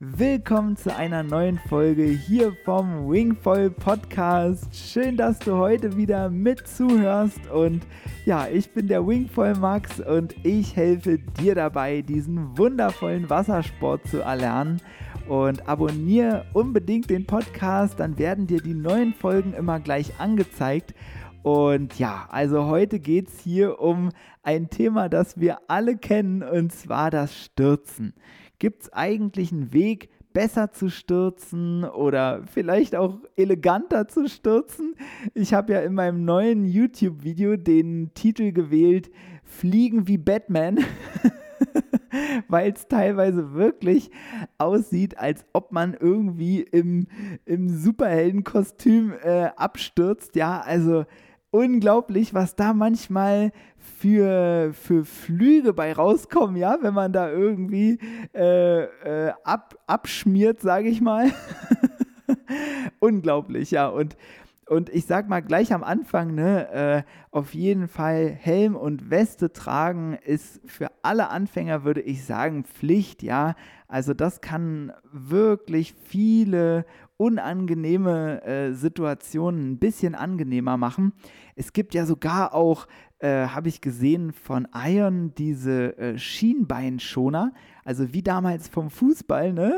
Willkommen zu einer neuen Folge hier vom Wingfoil Podcast. Schön, dass du heute wieder mit zuhörst und ja, ich bin der Wingfoil Max und ich helfe dir dabei, diesen wundervollen Wassersport zu erlernen. Und abonniere unbedingt den Podcast, dann werden dir die neuen Folgen immer gleich angezeigt. Und ja, also heute geht es hier um ein Thema, das wir alle kennen, und zwar das Stürzen. Gibt es eigentlich einen Weg, besser zu stürzen oder vielleicht auch eleganter zu stürzen? Ich habe ja in meinem neuen YouTube-Video den Titel gewählt, Fliegen wie Batman, weil es teilweise wirklich aussieht, als ob man irgendwie im Superheldenkostüm abstürzt. Ja, also unglaublich, was da manchmal für Flüge bei rauskommen, ja, wenn man da irgendwie abschmiert, sage ich mal. Unglaublich, ja. Und ich sag mal gleich am Anfang, ne, auf jeden Fall Helm und Weste tragen ist für alle Anfänger, würde ich sagen, Pflicht, ja. Also das kann wirklich viele unangenehme Situationen ein bisschen angenehmer machen. Es gibt ja sogar auch, habe ich gesehen, von Iron diese Schienbeinschoner, also wie damals vom Fußball, ne?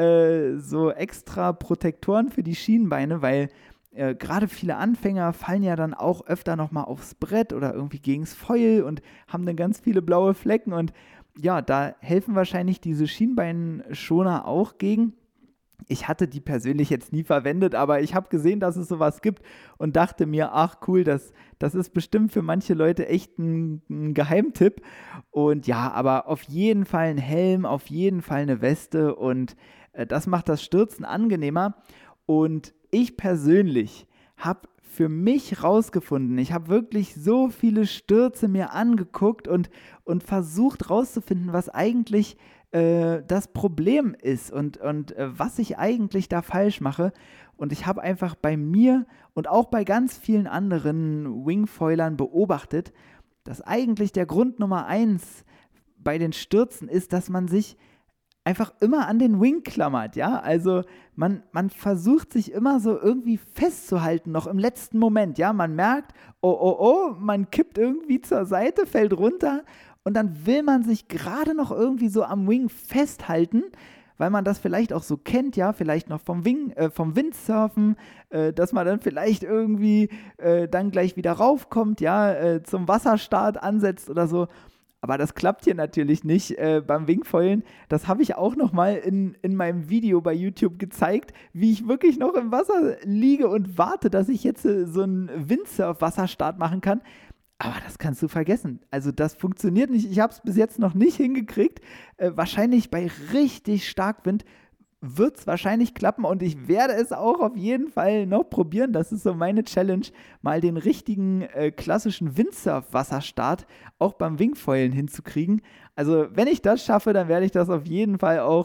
So extra Protektoren für die Schienbeine, weil gerade viele Anfänger fallen ja dann auch öfter nochmal aufs Brett oder irgendwie gegens Foil und haben dann ganz viele blaue Flecken und ja, da helfen wahrscheinlich diese Schienbeinschoner auch gegen. Ich hatte die persönlich jetzt nie verwendet, aber ich habe gesehen, dass es sowas gibt und dachte mir, ach cool, das ist bestimmt für manche Leute echt ein Geheimtipp. Und ja, aber auf jeden Fall ein Helm, auf jeden Fall eine Weste und das macht das Stürzen angenehmer. Und ich persönlich habe für mich rausgefunden, ich habe wirklich so viele Stürze mir angeguckt und versucht rauszufinden, was eigentlich das Problem ist und was ich eigentlich da falsch mache. Und ich habe einfach bei mir und auch bei ganz vielen anderen Wingfoilern beobachtet, dass eigentlich der Grund Nummer 1 bei den Stürzen ist, dass man sich einfach immer an den Wing klammert, ja, also man versucht sich immer so irgendwie festzuhalten, noch im letzten Moment, ja, man merkt, oh, man kippt irgendwie zur Seite, fällt runter und dann will man sich gerade noch irgendwie so am Wing festhalten, weil man das vielleicht auch so kennt, ja, vielleicht noch vom Windsurfen, dass man dann vielleicht irgendwie dann gleich wieder raufkommt, ja, zum Wasserstart ansetzt oder so. Aber das klappt hier natürlich nicht beim Wingfoilen. Das habe ich auch nochmal in meinem Video bei YouTube gezeigt, wie ich wirklich noch im Wasser liege und warte, dass ich jetzt so einen Windsurf-Wasserstart machen kann. Aber das kannst du vergessen. Also das funktioniert nicht. Ich habe es bis jetzt noch nicht hingekriegt. Wahrscheinlich bei richtig Starkwind wird es wahrscheinlich klappen und ich werde es auch auf jeden Fall noch probieren. Das ist so meine Challenge, mal den richtigen klassischen Windsurf-Wasserstart auch beim Wingfoilen hinzukriegen. Also wenn ich das schaffe, dann werde ich das auf jeden Fall auch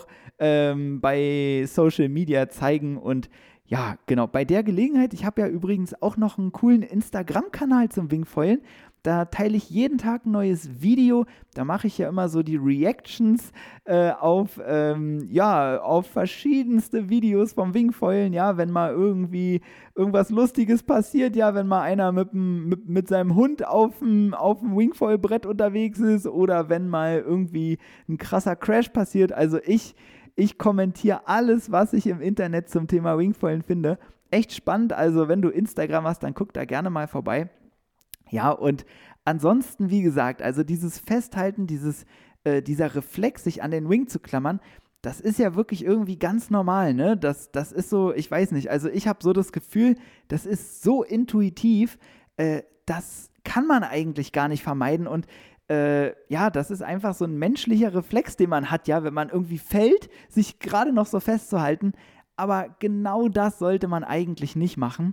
bei Social Media zeigen und ja, genau, bei der Gelegenheit, ich habe ja übrigens auch noch einen coolen Instagram-Kanal zum Wingfoilen. Da teile ich jeden Tag ein neues Video. Da mache ich ja immer so die Reactions auf verschiedenste Videos vom Wingfoilen. Ja, wenn mal irgendwie irgendwas Lustiges passiert, ja, wenn mal einer mit seinem Hund auf dem Wingfoil-Brett unterwegs ist oder wenn mal irgendwie ein krasser Crash passiert. Also ich kommentiere alles, was ich im Internet zum Thema Wingfoilen finde. Echt spannend, also wenn du Instagram hast, dann guck da gerne mal vorbei. Ja, und ansonsten, wie gesagt, also dieses Festhalten, dieser Reflex, sich an den Wing zu klammern, das ist ja wirklich irgendwie ganz normal, ne? Das ist so, ich weiß nicht, also ich habe so das Gefühl, das ist so intuitiv, das kann man eigentlich gar nicht vermeiden und ja, das ist einfach so ein menschlicher Reflex, den man hat, ja, wenn man irgendwie fällt, sich gerade noch so festzuhalten, aber genau das sollte man eigentlich nicht machen.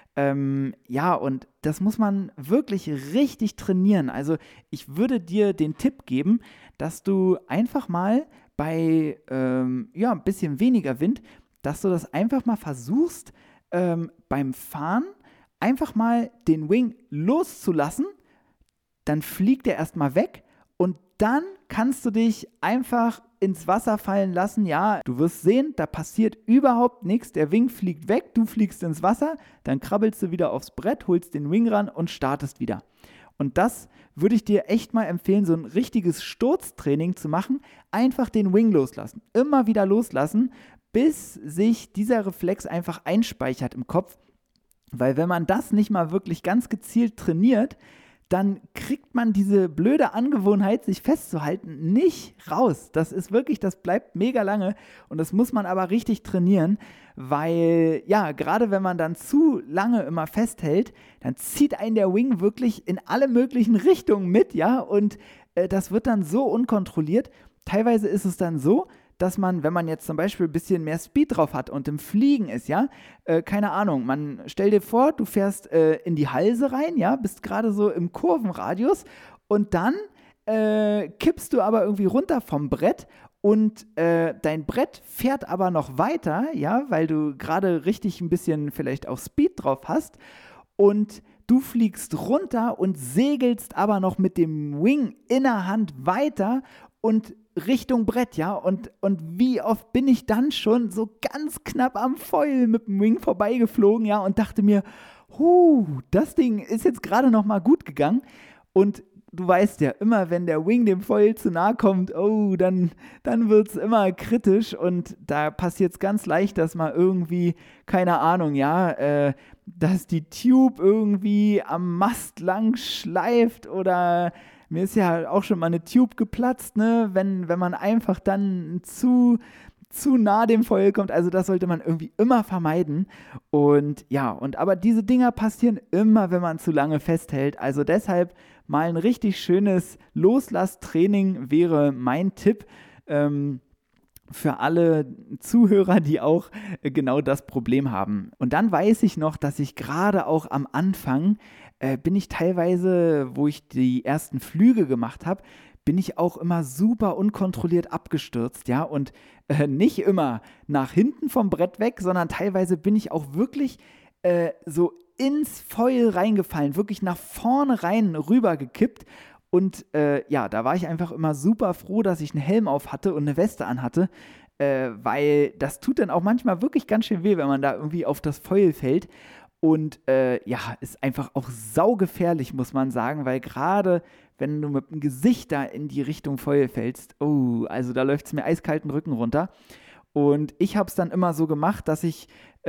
Ja, und das muss man wirklich richtig trainieren. Also ich würde dir den Tipp geben, dass du einfach mal bei ein bisschen weniger Wind, dass du das einfach mal versuchst, beim Fahren einfach mal den Wing loszulassen, dann fliegt er erstmal weg und dann kannst du dich einfach ins Wasser fallen lassen. Ja, du wirst sehen, da passiert überhaupt nichts. Der Wing fliegt weg, du fliegst ins Wasser, dann krabbelst du wieder aufs Brett, holst den Wing ran und startest wieder. Und das würde ich dir echt mal empfehlen, so ein richtiges Sturztraining zu machen. Einfach den Wing loslassen, immer wieder loslassen, bis sich dieser Reflex einfach einspeichert im Kopf. Weil wenn man das nicht mal wirklich ganz gezielt trainiert, dann kriegt man diese blöde Angewohnheit, sich festzuhalten, nicht raus. Das ist wirklich, das bleibt mega lange und das muss man aber richtig trainieren, weil ja, gerade wenn man dann zu lange immer festhält, dann zieht einen der Wing wirklich in alle möglichen Richtungen mit, ja, und das wird dann so unkontrolliert. Teilweise ist es dann so, dass man, wenn man jetzt zum Beispiel ein bisschen mehr Speed drauf hat und im Fliegen ist, ja, keine Ahnung, stell dir vor, du fährst in die Halse rein, ja, bist gerade so im Kurvenradius und dann kippst du aber irgendwie runter vom Brett und dein Brett fährt aber noch weiter, ja, weil du gerade richtig ein bisschen vielleicht auch Speed drauf hast und du fliegst runter und segelst aber noch mit dem Wing in der Hand weiter und Richtung Brett, ja, und wie oft bin ich dann schon so ganz knapp am Foil mit dem Wing vorbeigeflogen, ja, und dachte mir, das Ding ist jetzt gerade noch mal gut gegangen und du weißt ja, immer wenn der Wing dem Foil zu nahe kommt, dann wird es immer kritisch und da passiert es ganz leicht, dass man irgendwie, keine Ahnung, ja, dass die Tube irgendwie am Mast lang schleift oder mir ist ja auch schon mal eine Tube geplatzt, ne, wenn man einfach dann zu nah dem Foil kommt. Also das sollte man irgendwie immer vermeiden. Und ja, aber diese Dinger passieren immer, wenn man zu lange festhält. Also deshalb mal ein richtig schönes Loslasstraining wäre mein Tipp für alle Zuhörer, die auch genau das Problem haben. Und dann weiß ich noch, dass ich gerade auch am Anfang bin ich teilweise, wo ich die ersten Flüge gemacht habe, bin ich auch immer super unkontrolliert abgestürzt, ja, und nicht immer nach hinten vom Brett weg, sondern teilweise bin ich auch wirklich so ins Foil reingefallen, wirklich nach vorne rein rübergekippt und ja, da war ich einfach immer super froh, dass ich einen Helm auf hatte und eine Weste anhatte, weil das tut dann auch manchmal wirklich ganz schön weh, wenn man da irgendwie auf das Foil fällt. Und ja, ist einfach auch saugefährlich, muss man sagen, weil gerade wenn du mit dem Gesicht da in die Richtung Foil fällst, also da läuft es mir eiskalten Rücken runter. Und ich habe es dann immer so gemacht, dass ich,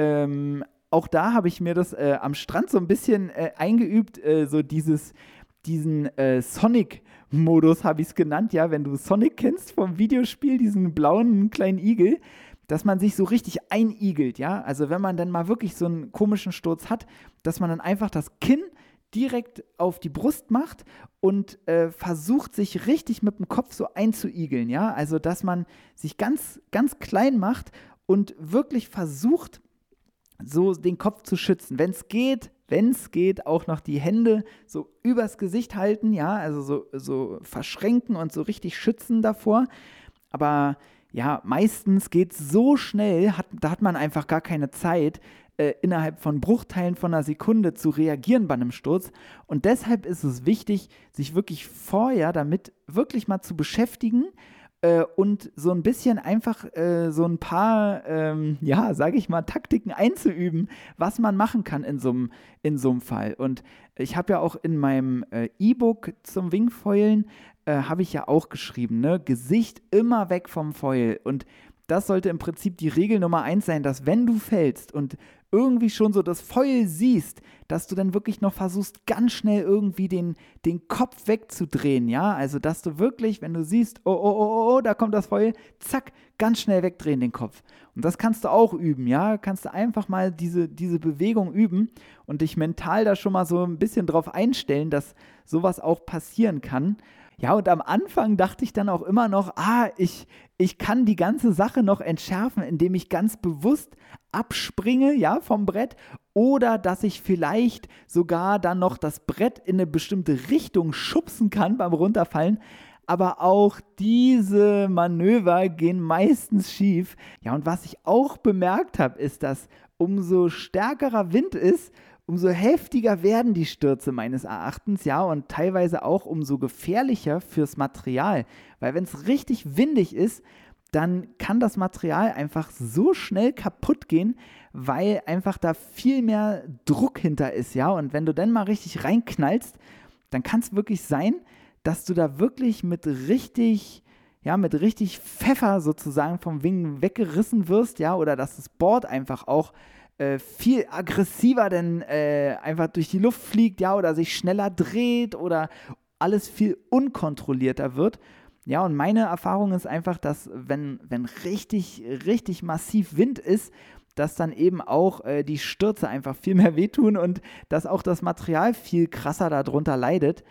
auch da habe ich mir das am Strand so ein bisschen eingeübt, so diesen Sonic-Modus habe ich es genannt, ja, wenn du Sonic kennst vom Videospiel, diesen blauen kleinen Igel, dass man sich so richtig einigelt, ja, also wenn man dann mal wirklich so einen komischen Sturz hat, dass man dann einfach das Kinn direkt auf die Brust macht und versucht, sich richtig mit dem Kopf so einzuigeln, ja, also dass man sich ganz, ganz klein macht und wirklich versucht, so den Kopf zu schützen, wenn es geht, auch noch die Hände so übers Gesicht halten, ja, also so verschränken und so richtig schützen davor, aber ja, meistens geht es so schnell, da hat man einfach gar keine Zeit, innerhalb von Bruchteilen von einer Sekunde zu reagieren bei einem Sturz. Und deshalb ist es wichtig, sich wirklich vorher damit wirklich mal zu beschäftigen und so ein bisschen einfach so ein paar, ja, sage ich mal, Taktiken einzuüben, was man machen kann in so einem Fall. Und ich habe ja auch in meinem E-Book zum Wingfoilen habe ich ja auch geschrieben, ne? Gesicht immer weg vom Foil. Und das sollte im Prinzip die Regel Nummer 1 sein, dass wenn du fällst und irgendwie schon so das Foil siehst, dass du dann wirklich noch versuchst, ganz schnell irgendwie den Kopf wegzudrehen, ja, also dass du wirklich, wenn du siehst, oh, da kommt das Foil, zack, ganz schnell wegdrehen den Kopf. Und das kannst du auch üben, ja, kannst du einfach mal diese Bewegung üben und dich mental da schon mal so ein bisschen drauf einstellen, dass sowas auch passieren kann. Ja, und am Anfang dachte ich dann auch immer noch, ich kann die ganze Sache noch entschärfen, indem ich ganz bewusst abspringe, ja, vom Brett oder dass ich vielleicht sogar dann noch das Brett in eine bestimmte Richtung schubsen kann beim Runterfallen. Aber auch diese Manöver gehen meistens schief. Ja, und was ich auch bemerkt habe, ist, dass umso stärkerer Wind ist, umso heftiger werden die Stürze meines Erachtens, ja, und teilweise auch umso gefährlicher fürs Material. Weil wenn es richtig windig ist, dann kann das Material einfach so schnell kaputt gehen, weil einfach da viel mehr Druck hinter ist, ja. Und wenn du dann mal richtig reinknallst, dann kann es wirklich sein, dass du da wirklich mit richtig Pfeffer sozusagen vom Wing weggerissen wirst, ja, oder dass das Board einfach auch viel aggressiver denn einfach durch die Luft fliegt, ja, oder sich schneller dreht oder alles viel unkontrollierter wird. Ja, und meine Erfahrung ist einfach, dass wenn richtig, richtig massiv Wind ist, dass dann eben auch die Stürze einfach viel mehr wehtun und dass auch das Material viel krasser darunter leidet.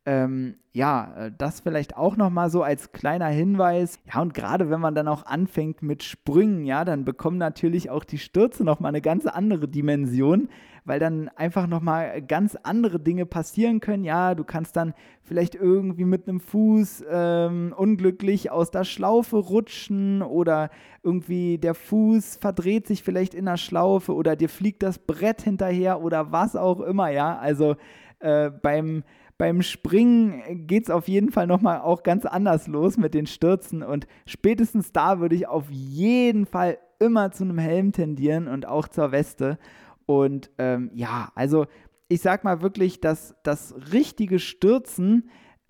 Das vielleicht auch nochmal so als kleiner Hinweis. Ja, und gerade wenn man dann auch anfängt mit Sprüngen, ja, dann bekommen natürlich auch die Stürze nochmal eine ganz andere Dimension, weil dann einfach nochmal ganz andere Dinge passieren können. Ja, du kannst dann vielleicht irgendwie mit einem Fuß unglücklich aus der Schlaufe rutschen oder irgendwie der Fuß verdreht sich vielleicht in der Schlaufe oder dir fliegt das Brett hinterher oder was auch immer, ja. Also beim Springen geht es auf jeden Fall nochmal auch ganz anders los mit den Stürzen und spätestens da würde ich auf jeden Fall immer zu einem Helm tendieren und auch zur Weste. Und also ich sag mal wirklich, dass das richtige Stürzen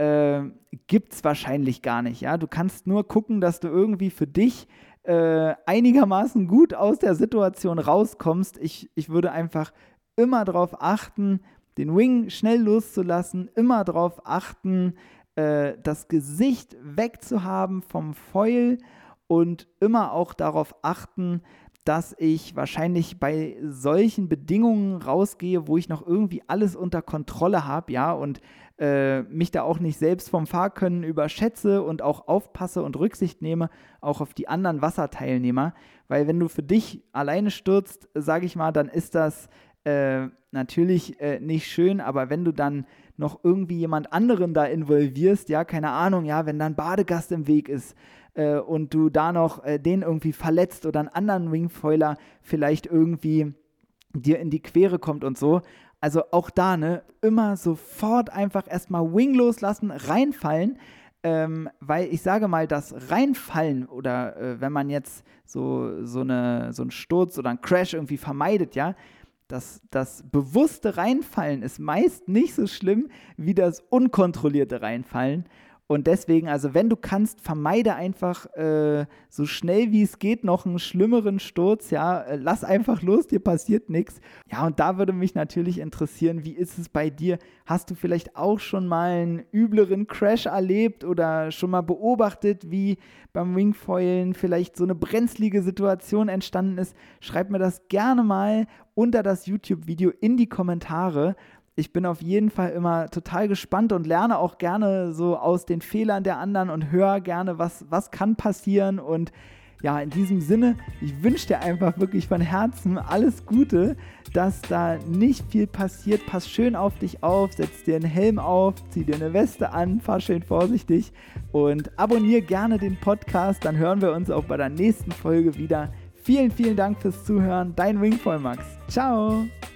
gibt es wahrscheinlich gar nicht. Ja? Du kannst nur gucken, dass du irgendwie für dich einigermaßen gut aus der Situation rauskommst. Ich würde einfach immer darauf achten, den Wing schnell loszulassen, immer darauf achten, das Gesicht wegzuhaben vom Foil und immer auch darauf achten, dass ich wahrscheinlich bei solchen Bedingungen rausgehe, wo ich noch irgendwie alles unter Kontrolle habe, ja, und mich da auch nicht selbst vom Fahrkönnen überschätze und auch aufpasse und Rücksicht nehme, auch auf die anderen Wasserteilnehmer, weil wenn du für dich alleine stürzt, sage ich mal, dann ist das natürlich nicht schön, aber wenn du dann noch irgendwie jemand anderen da involvierst, ja, keine Ahnung, ja, wenn da ein Badegast im Weg ist und du da noch den irgendwie verletzt oder einen anderen Wingfoiler vielleicht irgendwie dir in die Quere kommt und so, also auch da, ne, immer sofort einfach erstmal Wing loslassen, reinfallen, weil ich sage mal, das Reinfallen oder wenn man jetzt so einen Sturz oder einen Crash irgendwie vermeidet, ja, das bewusste Reinfallen ist meist nicht so schlimm wie das unkontrollierte Reinfallen. Und deswegen, also wenn du kannst, vermeide einfach so schnell wie es geht noch einen schlimmeren Sturz, ja, lass einfach los, dir passiert nichts. Ja, und da würde mich natürlich interessieren, wie ist es bei dir? Hast du vielleicht auch schon mal einen übleren Crash erlebt oder schon mal beobachtet, wie beim Wingfoilen vielleicht so eine brenzlige Situation entstanden ist? Schreib mir das gerne mal unter das YouTube-Video in die Kommentare. Ich bin auf jeden Fall immer total gespannt und lerne auch gerne so aus den Fehlern der anderen und höre gerne, was kann passieren. Und ja, in diesem Sinne, ich wünsche dir einfach wirklich von Herzen alles Gute, dass da nicht viel passiert. Pass schön auf dich auf, setz dir einen Helm auf, zieh dir eine Weste an, fahr schön vorsichtig und abonniere gerne den Podcast. Dann hören wir uns auch bei der nächsten Folge wieder. Vielen, vielen Dank fürs Zuhören. Dein Wingfoil Max. Ciao.